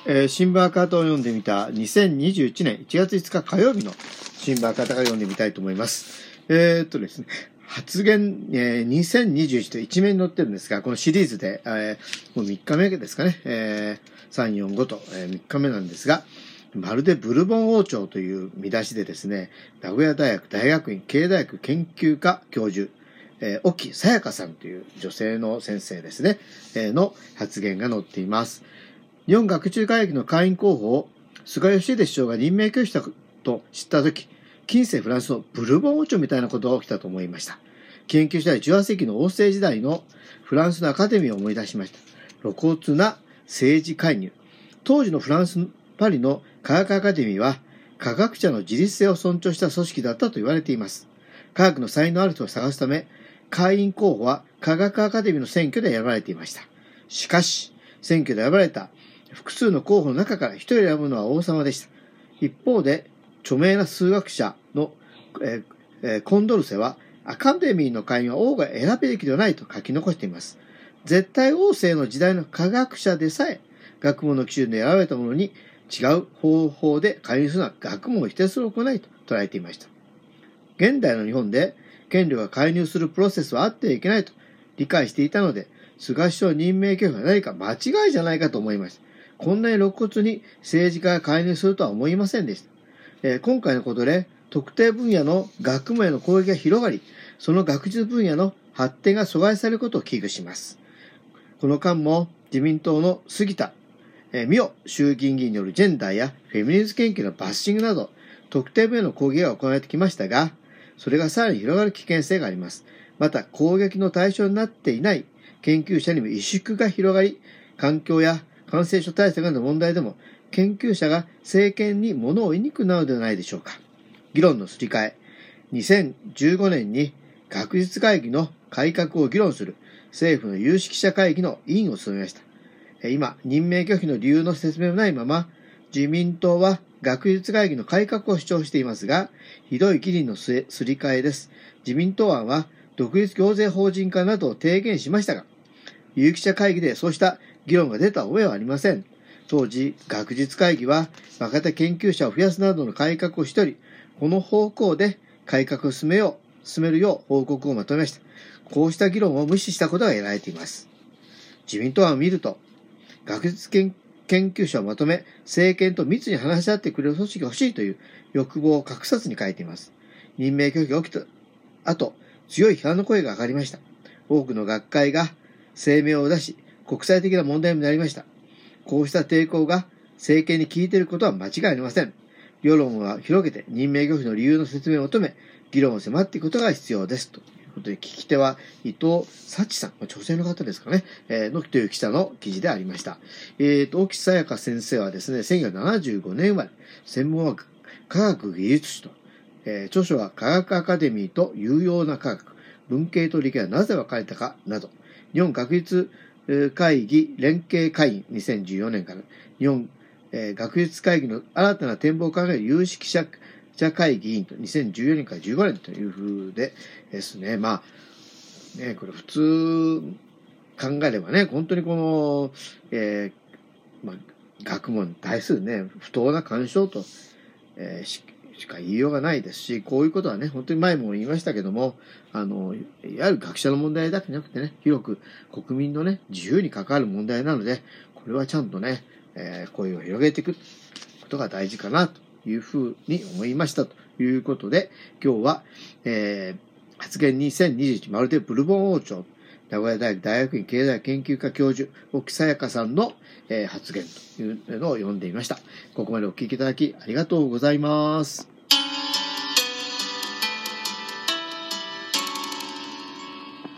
新聞赤旗を読んでみた2021年1月5日火曜日の新聞赤旗から読んでみたいと思います。ですね、発言、2021と一面に載ってるんですが、このシリーズで、もう3日目ですかね、3、4、5と、3日目なんですが、まるでブルボン王朝という見出しでですね、名古屋大学大学院経営大学研究科教授、沖さやかさんという女性の先生ですね、の発言が載っています。日本学術会議の会員候補を菅義偉首相が任命拒否したと知ったとき、近世フランスのブルボン王朝みたいなことが起きたと思いました。研究したい18世紀の王政時代のフランスのアカデミーを思い出しました。露骨な政治介入。当時のフランス・パリの科学アカデミーは科学者の自律性を尊重した組織だったと言われています。科学の才能ある人を探すため、会員候補は科学アカデミーの選挙で選ばれていました。しかし、選挙で選ばれた複数の候補の中から一人選ぶのは王様でした。一方で、著名な数学者の、コンドルセは、アカデミーの会員は王が選ぶべきではないと書き残しています。絶対王政の時代の科学者でさえ、学問の基準で選ばれたものに違う方法で会員するのは学問を否定する行いと捉えていました。現代の日本で、権力が介入するプロセスはあってはいけないと理解していたので、菅首相任命拒否は何か間違いじゃないかと思いました。こんなに露骨に政治家が介入するとは思いませんでした。今回のことで、特定分野の学問への攻撃が広がり、その学術分野の発展が阻害されることを危惧します。この間も自民党の杉田水脈衆議院議員によるジェンダーやフェミニズム研究のバッシングなど、特定分野の攻撃が行われてきましたが、それがさらに広がる危険性があります。また、攻撃の対象になっていない研究者にも萎縮が広がり、環境や感染症対策などの問題でも、研究者が政権に物を言いにくくなるのではないでしょうか。議論のすり替え。2015年に学術会議の改革を議論する政府の有識者会議の委員を務めました。今、任命拒否の理由の説明もないまま、自民党は学術会議の改革を主張していますが、ひどい議論のすり替えです。自民党案は独立行政法人化などを提言しましたが、有識者会議でそうした議論が出た覚えはありません。当時、学術会議は若手研究者を増やすなどの改革をしており、この方向で改革を進めるよう報告をまとめました。こうした議論を無視したことが得られています。自民党案を見ると、学術研究者をまとめ、政権と密に話し合ってくれる組織が欲しいという欲望を隠さずに書いています。任命拒否が起きた後、強い批判の声が上がりました。多くの学会が声明を出し、国際的な問題になりました。こうした抵抗が政権に効いていることは間違いありません。世論は広げて任命拒否の理由の説明を求め、議論を迫っていくことが必要です。ということで、聞き手は伊藤幸さん、女性の方ですかね、のという記者の記事でありました。沖さやか先生はですね、1975年生まれ、専門は科学技術史と、著書は科学アカデミーと有用な科学、文系と理系はなぜ分かれたかなど、日本学術会議連携会議2014年から日本、学術会議の新たな展望を考える有識者会議員と2014年から15年という風でですね、まあ、ね、これ普通考えればね、本当にこの、学問に対するね、不当な干渉と、しか言いようがないですし、こういうことはね、本当に前も言いましたけども、いわゆる学者の問題だけじゃなくてね、広く国民のね、自由に関わる問題なので、これはちゃんとね、声を広げていくことが大事かなというふうに思いましたということで、今日は、発言2021まるでブルボン王朝、名古屋大学大学院経済研究科教授、沖さやかさんの、発言というのを読んでみました。ここまでお聞きいただきありがとうございます。